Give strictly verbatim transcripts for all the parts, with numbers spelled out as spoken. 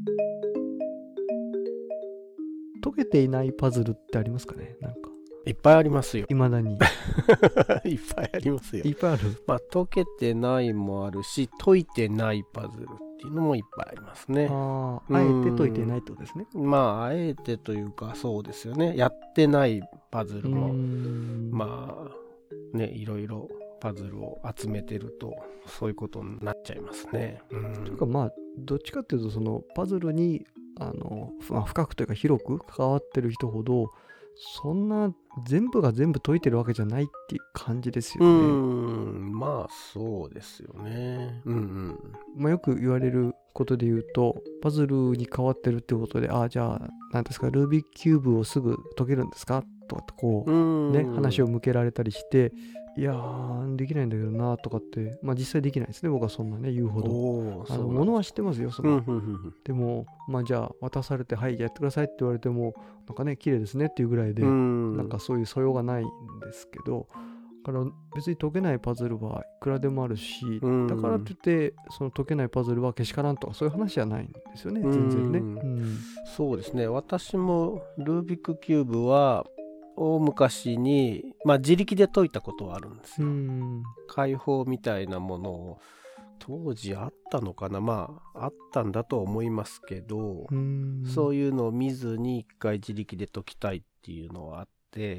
解けていないパズルってありますかね。なんかいっぱいありますよ。 いまだにいっぱいありますよ。 いっぱいある。 まあ解けてないもあるし、解いてないパズルっていうのもいっぱいありますね。 ああ、あえて解いていないってことですね。 まああえてというかそうですよね。やってないパズルもまあね、いろいろパズルを集めてるとそういうことになっちゃいますね。うん、 というかまあどっちかっていうとそのパズルにあの、まあ、深くというか広く関わってる人ほどそんな全部が全部解いてるわけじゃないっていう感じですよね。 うん、まあそうですよね。うんうん。 まあよく言われることで言うとパズルに変わってるってことで、ああじゃあ何ですかルービックキューブをすぐ解けるんですかとかってこうね話を向けられたりして、いやーできないんだけどなとかって、まあ実際できないですね。僕はそんなね言うほどあの物は知ってますよその、うんうんうん、でもまあじゃあ渡されてはいやってくださいって言われてもなんかね綺麗ですねっていうぐらいで、うん、なんかそういう素養がないんですけど、だから別に解けないパズルはいくらでもあるし、うん、だからといってその解けないパズルはけしからんとかそういう話じゃないんですよね、全然ね、うんうん、 そうですね。私もルービックキューブは大昔に、まあ、自力で解いたことはあるんですよ。解放みたいなものを当時あったのかな、まああったんだと思いますけど、そういうのを見ずに一回自力で解きたいっていうのはあって、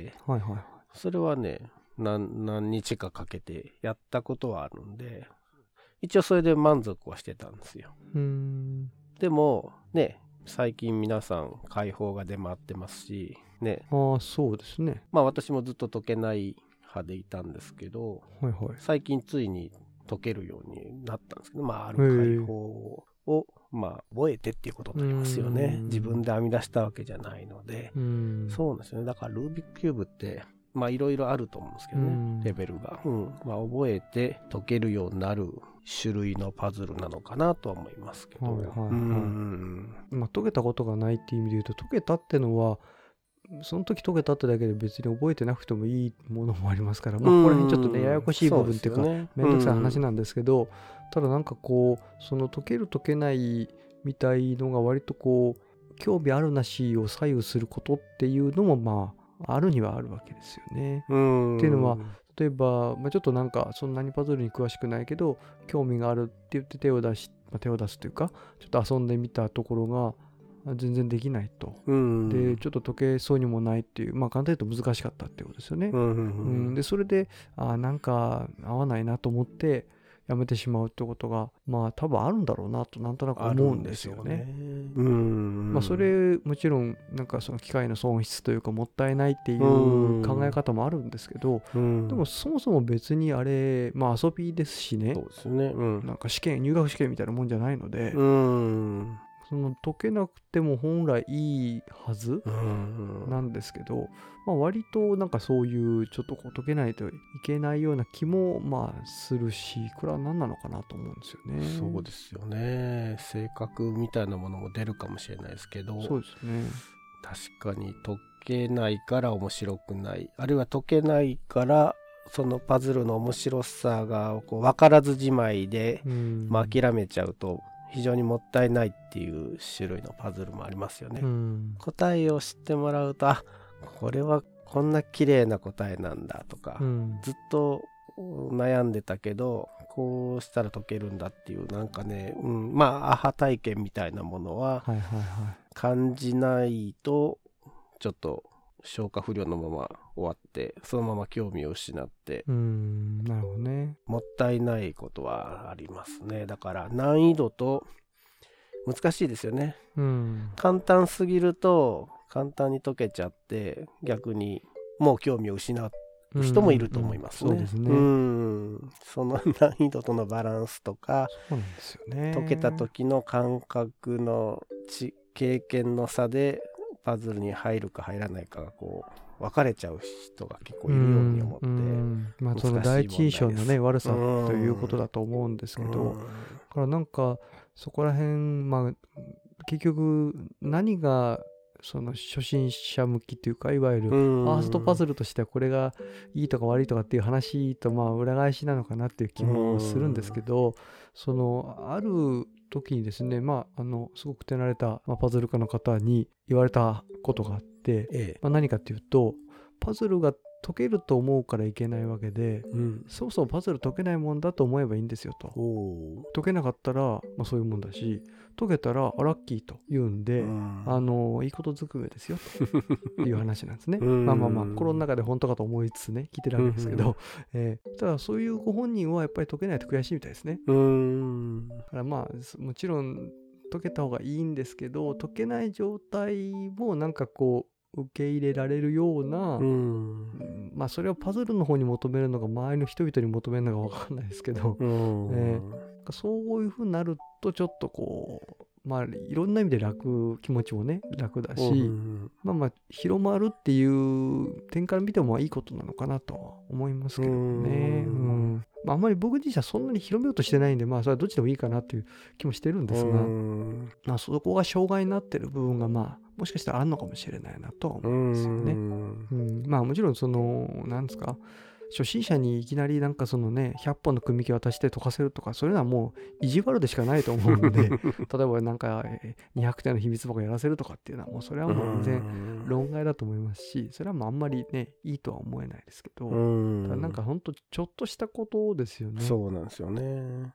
はいはいはい、それはね 何, 何日かかけてやったことはあるんで、一応それで満足はしてたんですよ。うーんでもね、最近皆さん解放が出回ってますしね。 ああそうですね。 まあ私もずっと解けない派でいたんですけど、はいはい、最近ついに解けるようになったんですけど、まあある解放をまあ覚えてっていうことになりますよね。自分で編み出したわけじゃないので、うんそうなんですよね。だからルービックキューブってまあいろいろあると思うんですけどね、レベルが、うんまあ、覚えて解けるようになる種類のパズルなのかなとは思いますけど、はいはいはい、うんまあ解けたことがないっていう意味で言うと、解けたってのはその時解けたってだけで別に覚えてなくてもいいものもありますから、まあここら辺ちょっとねややこしい部分っていうかめんどくさい話なんですけど、ただなんかこうその解ける解けないみたいのが割とこう興味あるなしを左右することっていうのもまああるにはあるわけですよね。っていうのは例えば、まあ、ちょっとなんかそんなにパズルに詳しくないけど興味があるって言って手を出し、まあ、手を出すというかちょっと遊んでみたところが全然できないと、うん、でちょっと解けそうにもないっていう、まあ簡単に言うと難しかったっていうことですよね、うんうんうんうん、でそれであなんか合わないなと思ってやめてしまうってことがまあ多分あるんだろうなとなんとなく思うんですよね。うん、まあそれもちろんなんかその機械の損失というかもったいないっていう考え方もあるんですけど、うん、でもそもそも別にあれまあ遊びですしね、そうですね、うん、なんか試験入学試験みたいなもんじゃないので、うんその解けなくても本来いいはずなんですけど、まあ、割となんかそういうちょっとこう解けないといけないような気もまあするし、これは何なのかなと思うんですよね。 そうですよね。性格みたいなものも出るかもしれないですけど、 そうですね。 確かに解けないから面白くない、あるいは解けないからそのパズルの面白さがこう分からずじまいで、まあ、諦めちゃうと非常にもったいないっていう種類のパズルもありますよね、うん、答えを知ってもらうと、あ、これはこんな綺麗な答えなんだとか、うん、ずっと悩んでたけどこうしたら解けるんだっていうなんかね、うん、まあアハ体験みたいなものは感じないとちょっと消化不良のまま終わってそのまま興味を失って、 うーんなるほどね、 もったいないことはありますね。だから難易度と難しいですよね、うん、簡単すぎると簡単に解けちゃって逆にもう興味を失う人もいると思いますね。 そうですね。 うん、その難易度とのバランスとか、 そうなんですよね。 解けた時の感覚のち経験の差でパズルに入るか入らないかがこう分かれちゃう人が結構いるように思って、うん、 まあその第一印象のね悪さということだと思うんですけど、だからなんかそこら辺まあ結局何がその初心者向きというかいわゆるファーストパズルとしてはこれがいいとか悪いとかっていう話とまあ裏返しなのかなっていう気もするんですけど、そのある時にですね、まあ、あのすごく手慣れた、まあ、パズル家の方に言われたことがあって、ええまあ、何かっていうと、パズルが解けると思うからいけないわけで、うん、そうそうパズル解けないもんだと思えばいいんですよと。解けなかったら、まあ、そういうもんだし、解けたらラッキーと言うんで、うん、あのいいことずくめですよという話なんですね。まあまあまあ心の中で本当かと思いつつね聞いてるわけですけど、えー、ただそういうご本人はやっぱり解けないと悔しいみたいですね。うんだからまあもちろん解けた方がいいんですけど、解けない状態もなんかこう受け入れられるような、うん、まあそれをパズルの方に求めるのか周りの人々に求めるのか分かんないですけど、うんえー、そういう風になるとちょっとこうまあいろんな意味で楽、気持ちもね楽だし、うん、まあまあ広まるっていう点から見てもいいことなのかなとは思いますけどね。うんうんまあ、あんまり僕自身はそんなに広めようとしてないんで、まあそれはどっちでもいいかなっていう気もしてるんですが、うんまあそこが障害になってる部分がまあもしかしたらあるのかもしれないなとは思うんですよね。うんうんまあもちろんそのなんですか、初心者にいきなりなんかそのねひゃっぽんの組み木渡して解かせるとか、そういうのはもう意地悪でしかないと思うので例えばなんかにひゃくてんの秘密箱やらせるとかっていうのはもうそれはもう全然論外だと思いますし、それはもうあんまりねいいとは思えないですけど、ただなんかほんとちょっとしたことですよね。 そうなんですよね。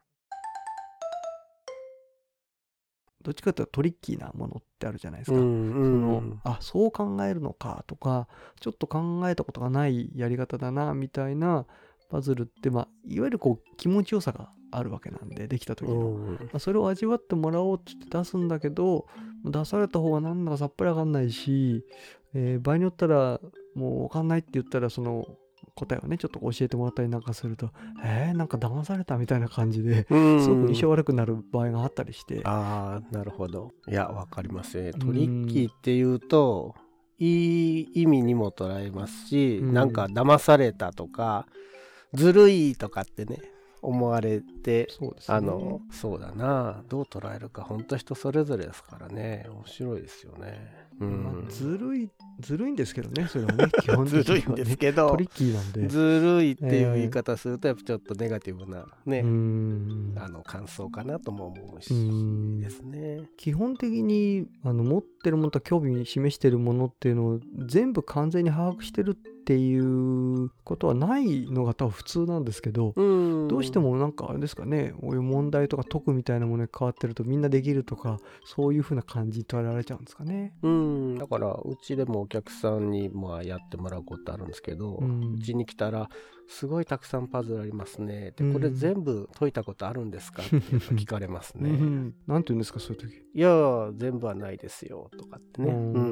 どっちかというとトリッキーなものってあるじゃないですか。うんうん、そのあそう考えるのかとか、ちょっと考えたことがないやり方だなみたいなパズルって、まあ、いわゆるこう気持ちよさがあるわけなんで、できた時の、うんまあ、それを味わってもらおうって出すんだけど、出された方はなんだかさっぱりわかんないし、えー、場合によったらもうわかんないって言ったらその答えをねちょっと教えてもらったりなんかすると、えー、なんか騙されたみたいな感じですごく印象悪くなる場合があったりして。 ああなるほど。いやわかりますね。トリッキーっていうといい意味にも捉えますし、うん、なんか騙されたとかずるいとかってね思われて、そうですね、あのそうだな、どう捉えるか本当人それぞれですからね。面白いですよね。うん、 まあ、ずるいずるいんですけどね、それはね基本的には、ね、 ずるいんですけどトリッキーなんで、 ずるいっていう言い方するとやっぱちょっとネガティブなね、えー、あの感想かなとも思うしですね。 基本的にあの持ってるものと興味示してるものっていうのを全部完全に把握してるっていうことはないのが多分普通なんですけど、うんどうしてもなんかあれですかね、こういう問題とか解くみたいなものに変わってるとみんなできるとか、そういう風な感じに捉えられちゃうんですかね。 うんだからうちでもお客さんにまあやってもらうことあるんですけど、うちに来たらすごいたくさんパズルありますねで、これ全部解いたことあるんですかって聞かれますね。うん、 なんて言うんですかそういう時。 いや全部はないですよとかってね。うん、うん、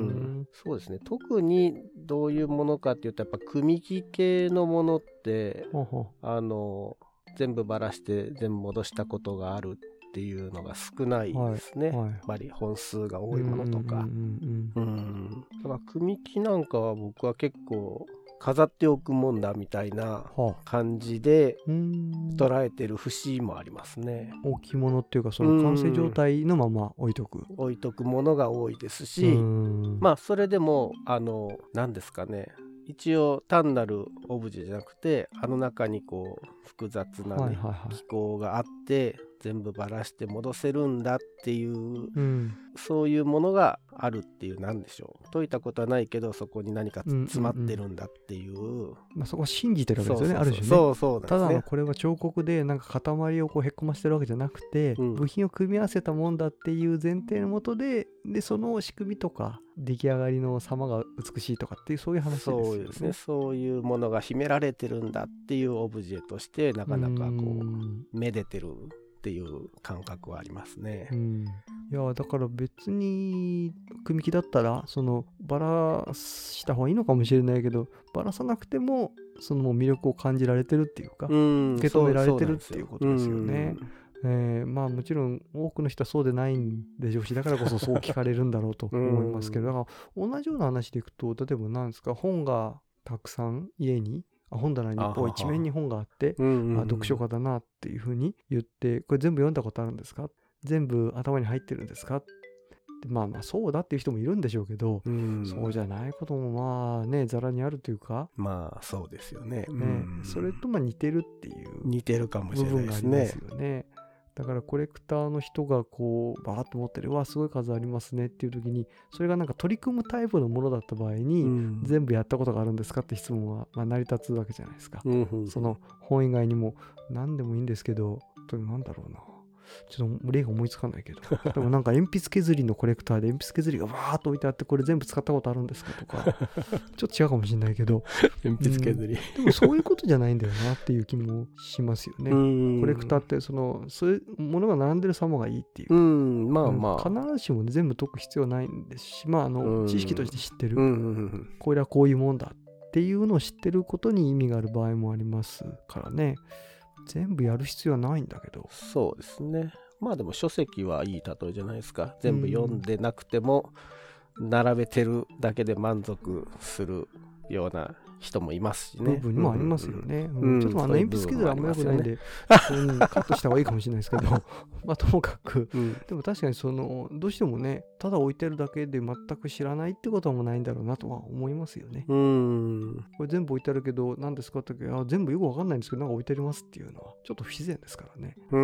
そうですね。特にどういうものかっていうとやっぱ組木系のものってほうほうあの全部ばらして全部戻したことがあるっていうのが少ないですね。はいはい、やっぱり本数が多いものとか。だから組木なんかは僕は結構飾っておくもんだみたいな感じで捉えてる節もありますね。 置物っていうかその完成状態のまま置いとく置いとくものが多いですし、まあそれでもあの何ですかね、一応単なるオブジェじゃなくてあの中にこう複雑な、ねはいはいはい、機構があって全部ばらして戻せるんだっていう、うん、そういうものがあるっていう、なんでしょう、解いたことはないけどそこに何か詰まってるんだっていう、うんうんうん、 まあ、そこは信じてるわけですよね。ある種ね。 そうそうなんですね。 ただのこれは彫刻でなんか塊をこうへっこませてるわけじゃなくて、うん、部品を組み合わせたもんだっていう前提のもとで、でその仕組みとか出来上がりの様が美しいとかっていうそういう話ですよね。 そうですね。そういうものが秘められてるんだっていうオブジェとしてなかなかこうめでてるっていう感覚はありますね。 うん、いやだから別に組み木だったらそのバラした方がいいのかもしれないけど、バラさなくてもその魅力を感じられてるっていうか、うん、受け止められてるっていうことですよね。えー、まあもちろん多くの人はそうでないんでしょうし、だからこそそう聞かれるんだろうと思いますけど、だから同じような話でいくと、例えば何ですか、本がたくさん家に本棚にこう一面に本があって、あ、読書家だなっていうふうに言って、これ全部読んだことあるんですか、全部頭に入ってるんですかって、まあまあそうだっていう人もいるんでしょうけど、うん、そうじゃないこともまあねざらにあるというか、 まあそうですよね。 ね、うん、それとまあ似てるっていう似てるかもしれないですね。 部分がありますよね。 だからコレクターの人がこうバーッと持ってる、わすごい数ありますねっていう時に、それがなんか取り組むタイプのものだった場合に、うん、全部やったことがあるんですかって質問は、まあ、成り立つわけじゃないですか、うんうん、その本以外にも何でもいいんですけど、なんだろうな、ちょっと例が思いつかないけどでもなんか鉛筆削りのコレクターで鉛筆削りがわーっと置いてあって、これ全部使ったことあるんですかとかちょっと違うかもしれないけど鉛筆削り、 うん、でもそういうことじゃないんだよなっていう気もしますよね。コレクターってそのそういうものが並んでる様がいいっていう、 うん、まあまあ、 うん、必ずしも、ね、全部解く必要はないんですし、まああの知識として知ってる、 うん、 これはこういうもんだっていうのを知ってることに意味がある場合もありますからね。全部やる必要はないんだけど。 そうですね。まあでも書籍はいい例えじゃないですか。全部読んでなくても並べてるだけで満足するような人もいますしね。 部分もありますよね。うんうん、ちょっとあの鉛筆削りはあんま良くないんで、うん、カットした方がいいかもしれないですけどまあともかく、うん、でも確かにそのどうしてもね、ただ置いてるだけで全く知らないってこともないんだろうなとは思いますよね。うん、これ全部置いてあるけど何ですかって言ったら、全部よくわかんないんですけどなんか置いてありますっていうのはちょっと不自然ですからね。うん、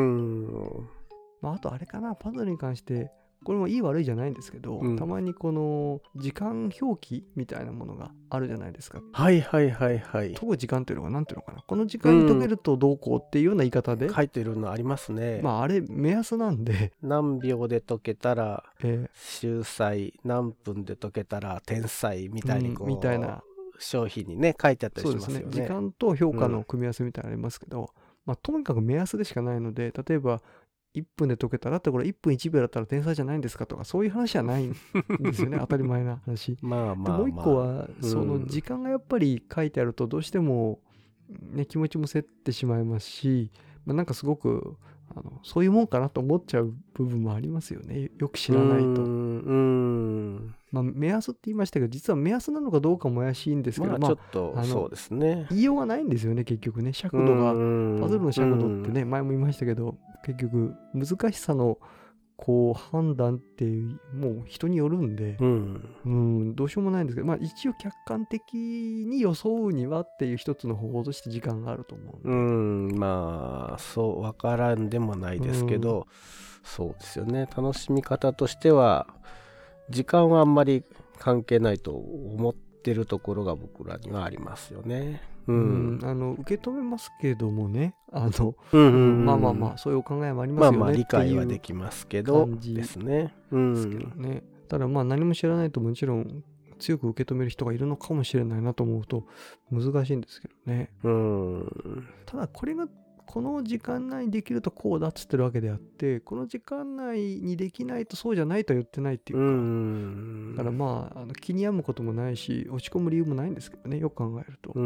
まあ、あとあれかな、パズルに関してこれもいい悪いじゃないんですけど、うん、たまにこの時間表記みたいなものがあるじゃないですか。 はいはいはいはい。 解く時間というのが何ていうのかな、この時間に解けるとどうこうっていうような言い方で、 うん、書いてるのありますね。 まああれ目安なんで、 何秒で解けたら秀才、えー、何分で解けたら天才みたいにこう、うん、みたいな商品にね書いてあったりしますよね。 そうですね。時間と評価の組み合わせみたいなのありますけど、うん、まあとにかく目安でしかないので、例えばいっぷんで解けたらって、これいっぷんいちびょうだったら天才じゃないんですかとか、そういう話じゃないんですよね当たり前な話。まあまあ、まあ、もう一個は、うん、その時間がやっぱり書いてあるとどうしても、ね、気持ちもせってしまいますし、まあ、なんかすごくあのそういうもんかなと思っちゃう部分もありますよね、よく知らないと。うんうんまあ、目安って言いましたけど、実は目安なのかどうかも怪しいんですけど、まあ、 まあ、ちょっとあのそうですね、 言いようがないんですよね結局ね。尺度が、パズルの尺度ってね、前も言いましたけど、結局難しさのこう判断ってもう人によるんで、うん、うん、どうしようもないんですけど、まあ一応客観的に予想にはっていう一つの方法として時間があると思うんで、うん、 まあそう分からんでもないですけど、うん、そうですよね。楽しみ方としては時間はあんまり関係ないと思ってるところが僕らにはありますよね。うん、 うん、あの受け止めますけどもね、あの、うんうんうん、まあまあまあそういうお考えもありますよね。 まあまあ理解はできますけどですね。 ですけどね。ただまあ何も知らないともちろん強く受け止める人がいるのかもしれないなと思うと難しいんですけどね。うん、ただこれがこの時間内にできるとこうだっつってるわけであって、この時間内にできないとそうじゃないとは言ってないっていうか、うん、だからまあ、あの気に病むこともないし落ち込む理由もないんですけどね、よく考えると、うん、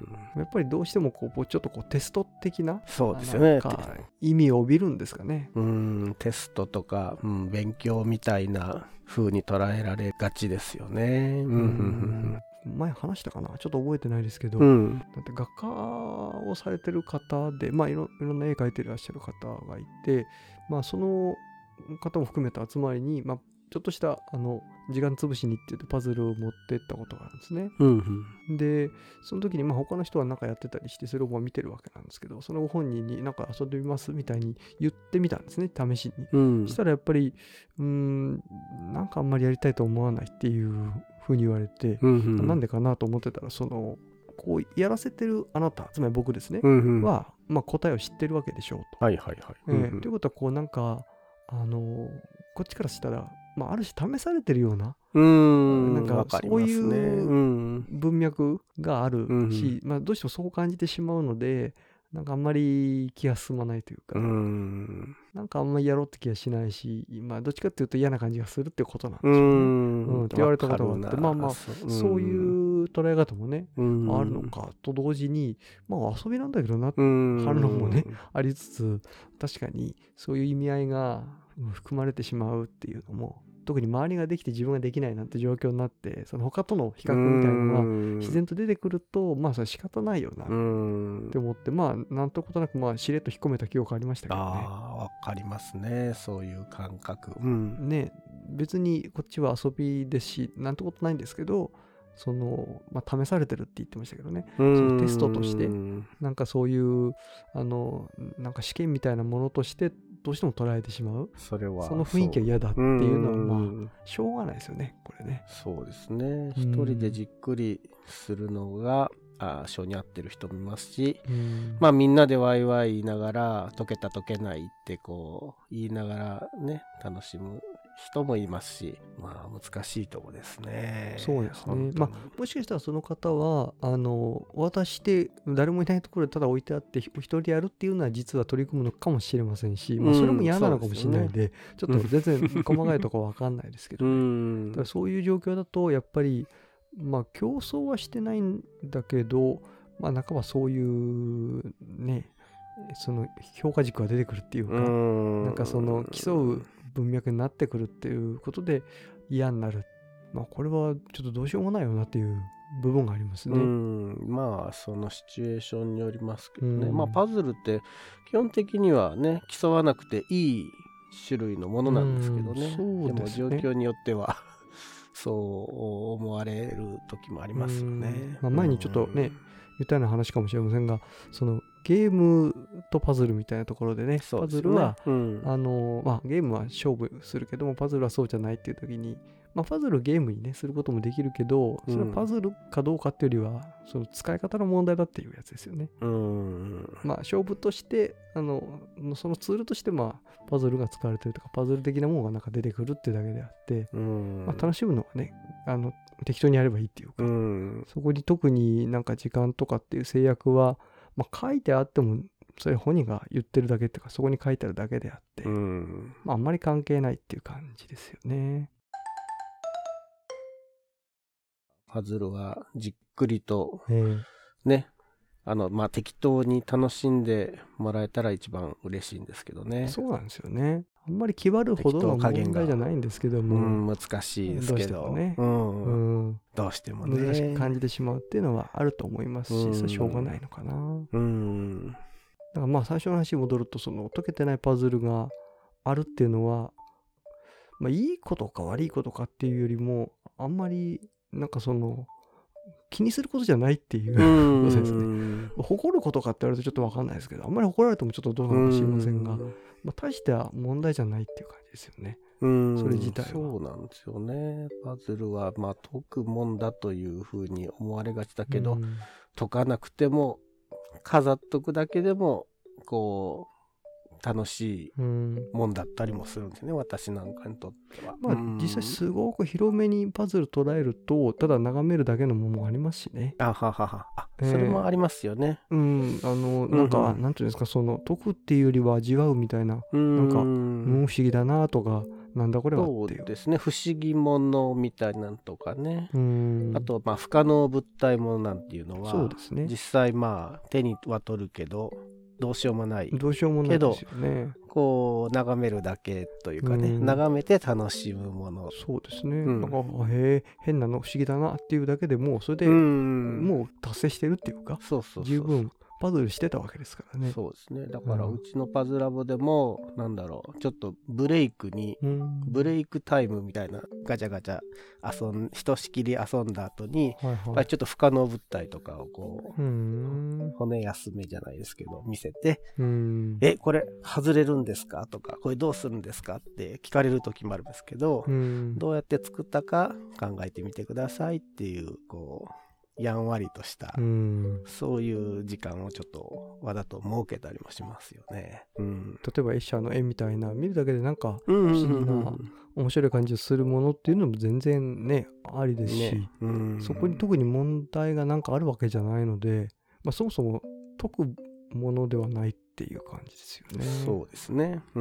やっぱりどうしてもこうちょっとこうテスト的な、 そうですよね、 意味を帯びるんですかね。 うん、テストとか、うん、勉強みたいな風に捉えられがちですよね。うんうんうん前話したかな、ちょっと覚えてないですけど、うん、だって画家をされてる方で、まあいろ、いろんな絵描いていらっしゃる方がいて、まあその方も含めた集まりに、まあちょっとしたあの時間潰しにって言ってパズルを持ってったことがあるんですね。うんうん、でその時にまあ他の人は何かやってたりして、それをまあ見てるわけなんですけど、そのご本人になんか遊んでみますみたいに言ってみたんですね、試しに。うん、したらやっぱりうーんなんかあんまりやりたいと思わないっていうふうに言われて、うんうん、なんでかなと思ってたら、そのこうやらせてるあなた、つまり僕ですね、うんうん、は、まあ、答えを知ってるわけでしょうと。はいはいはい。えーうんうん、ということはこうなんかあのー、こっちからしたら、まあ、ある種試されてるような、うーんなんかそういう文脈があるし、うんうんまあ、どうしてもそう感じてしまうので、なんかあんまり気が進まないというか、うーんなんかあんまりやろうって気がしないし、まあどっちかっていうと嫌な感じがするってことなんでしょうね。うん、うん、って言われたことがあって、まあまあそ う, そういう捉え方もね、あるのかと同時に、まあ遊びなんだけどなって反論もねありつつ、確かにそういう意味合いが含まれてしまうっていうのも、特に周りができて自分ができないなんて状況になって、その他との比較みたいなのが自然と出てくると、まあそれ仕方ないよなって思って、まあなんとことなくまあしれっと引っ込めた記憶ありましたけどね。 ああ、わかりますね、そういう感覚。うん、 ね、別にこっちは遊びですし、なんてことないんですけど、そのまあ、試されてるって言ってましたけどね、そのテストとしてなんかそういうあのなんか試験みたいなものとしてどうしても捉えてしまう、 それはその雰囲気が嫌だっていうのはまあしょうがないですよね、これね。 そうですね。一人でじっくりするのがあ性に合ってる人もいますし、まあみんなでワイワイ言いながら解けた解けないってこう言いながらね楽しむ人もいますし、まあ難しいとこですね。 そうですね。まあもしかしたらその方はあの渡して誰もいないところでただ置いてあって一人でやるっていうのは実は取り組むのかもしれませんし、まあ、それも嫌なのかもしれないで、ちょっと全然細かいところは分かんないですけど、ね、だからそういう状況だとやっぱりまあ競争はしてないんだけど、まあ半ばそういうねその評価軸が出てくるっていうか、なんかその競う文脈になってくるっていうことで嫌になる。まあこれはちょっとどうしようもないよなっていう部分がありますね。 うん、まあそのシチュエーションによりますけどね。まあパズルって基本的にはね競わなくていい種類のものなんですけどね。でも状況によってはそう思われる時もありますよね。 まあ、前にちょっとね言ったような話かもしれませんが、そのゲームとパズルみたいなところでね、パズルは、うん、あのまあ、ゲームは勝負するけどもパズルはそうじゃないっていう時に、まあ、パズルをゲームにねすることもできるけど、それはパズルかどうかっていうよりは、うん、その使い方の問題だっていうやつですよね。うん、まあ勝負としてあのそのツールとしてまあパズルが使われてるとかパズル的なものがなんか出てくるっていうだけであって、うん、まあ、楽しむのはねあの適当にやればいいっていうか、うん、そこに特になんか時間とかっていう制約は、まあ、書いてあってもそれ本人が言ってるだけっていうかそこに書いてあるだけであって、うん、まあ、あんまり関係ないっていう感じですよね。 パズルはじっくりとね、あのまあ適当に楽しんでもらえたら一番嬉しいんですけどね。 そうなんですよね。あんまり気張るほどの問題じゃないんですけども、 うん、難しいですけど、どうしてもね、うんうん、どうしてもね難しく感じてしまうっていうのはあると思いますし、うん、それはしょうがないのかな。うん。だからまあ最初の話に戻ると、その解けてないパズルがあるっていうのは、まあいいことか悪いことかっていうよりも、あんまりなんかその気にすることじゃないっていうことですね。誇ることかって言われるとちょっと分かんないですけど、あんまり誇られてもちょっとどうなのかもしれませんが、まあ、大しては問題じゃないっていう感じですよね。うんそれ自体は。 そうなんですよね。パズルはまあ解くもんだというふうに思われがちだけど、解かなくても飾っとくだけでもこう楽しいもんだったりもするんですね、うん、私なんかにとっては。 まあ実際すごく広めにパズル捉えるとただ眺めるだけのものもありますしね。 あはははあ、えー、それもありますよね。 うんあのなんか、うんうん、なんていうんですか、その解くっていうよりは味わうみたいな、なんか、うん、不思議だなとかなんだこれはっていう。 そうですね、不思議ものみたいなんとかね。うんあとまあ不可能物体ものなんていうのはそうですね、実際まあ手には取るけどどうしようもないどうしようもないですよね。 こう眺めるだけというかね、うん、眺めて楽しむもの。 そうですね、うん、なんかへえ変なの不思議だなっていうだけでもうそれでもう達成してるっていうか、そうそうそうそう十分パズルしてたわけですからね。 そうですね。だからうちのパズラボでも、うん、なんだろうちょっとブレイクに、うん、ブレイクタイムみたいなガチャガチャ遊んひとしきり遊んだ後に、はいはい、やっぱりちょっと不可能物体とかをこう、うん、骨休めじゃないですけど見せて、うん、えこれ外れるんですかとかこれどうするんですかって聞かれる時もあるんですけど、うん、どうやって作ったか考えてみてくださいっていうこうやんわりとした、うん、そういう時間をちょっとわざと設けたりもしますよね。うん、 例えばエッシャーの絵みたいな見るだけでなんか不思議な面白い感じをするものっていうのも全然ねありですし、ねうん、そこに特に問題がなんかあるわけじゃないので、まあ、そもそも解くものではないっていう感じですよね。 そうですね。うん。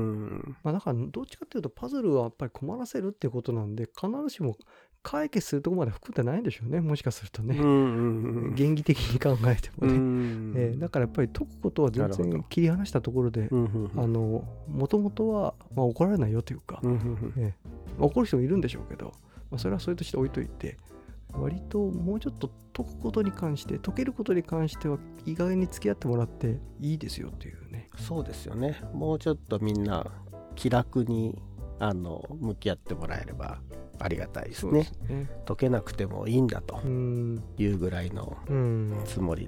まあだからどっちかっていうとパズルはやっぱり困らせるっていうことなんで必ずしも解決するところまで含んでないんでしょうね、もしかするとね、うんうんうん、原理的に考えてもね、うんうんえー、だからやっぱり解くことは全然切り離したところでもともとは、まあ、怒られないよというか、うんうんうんえーまあ、怒る人もいるんでしょうけど、まあ、それはそれとして置いといて割ともうちょっと解くことに関して解けることに関してはいい加減に付き合ってもらっていいですよっていうね。 そうですよね。もうちょっとみんな気楽にあの向き合ってもらえればありがたいですね。そうですね。解けなくてもいいんだというぐらいのつもりで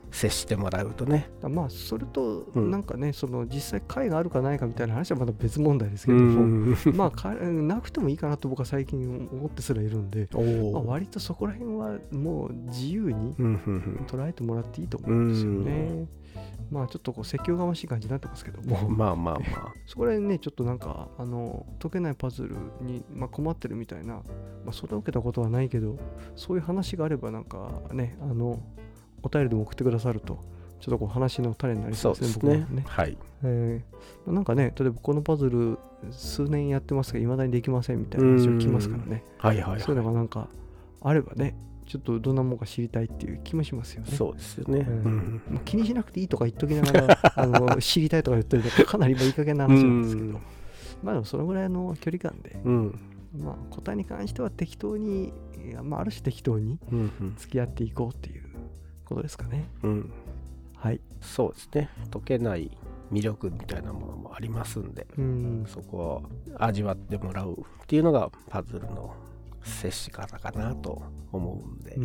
接してもらうとね。 まあそれとなんかね、うん、その実際解があるかないかみたいな話はまた別問題ですけども、まあなくてもいいかなと僕は最近思ってすらいるんで、まあ、割とそこら辺はもう自由に捉えてもらっていいと思うんですよね。まあちょっとこう説教がましい感じになってますけども、 まあまあまあそこら辺ねちょっとなんかあの解けないパズルに、まあ、困ってるみたいな、まあ、それを受けたことはないけど、そういう話があればなんかね、あのお便りでも送ってくださるとちょっとこう話の種になりそうですね。 そうですね。 僕はね。 はい。 えー、なんかね、例えばこのパズル数年やってますが、いまだにできませんみたいな話を聞きますからね。 はいはい、はい。 そういうのがなんかあればね、ちょっとどんなものか知りたいっていう気もしますよね。 そうですよね。 うんうんまあ、気にしなくていいとか言っときながらあの知りたいとか言ってるとかなりいい加減な話なんですけど、まあでもそのぐらいの距離感で、うん、まあ答えに関しては適当に、まあ、ある種適当に付き合っていこうっていうことですかね。 うん、 はい。 そうですね。解けない魅力みたいなものもありますんで、うん、そこを味わってもらうっていうのがパズルの接し方かなと思うんで、うん、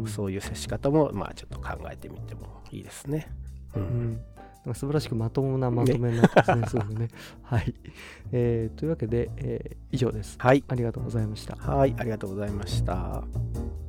そういう接し方もまあちょっと考えてみてもいいですね。 うんうん、なんか素晴らしくまともなまとめになってますね。すごくね。はい、えー。というわけで、えー、以上です。 はい。 ありがとうございました。 はい、ありがとうございました。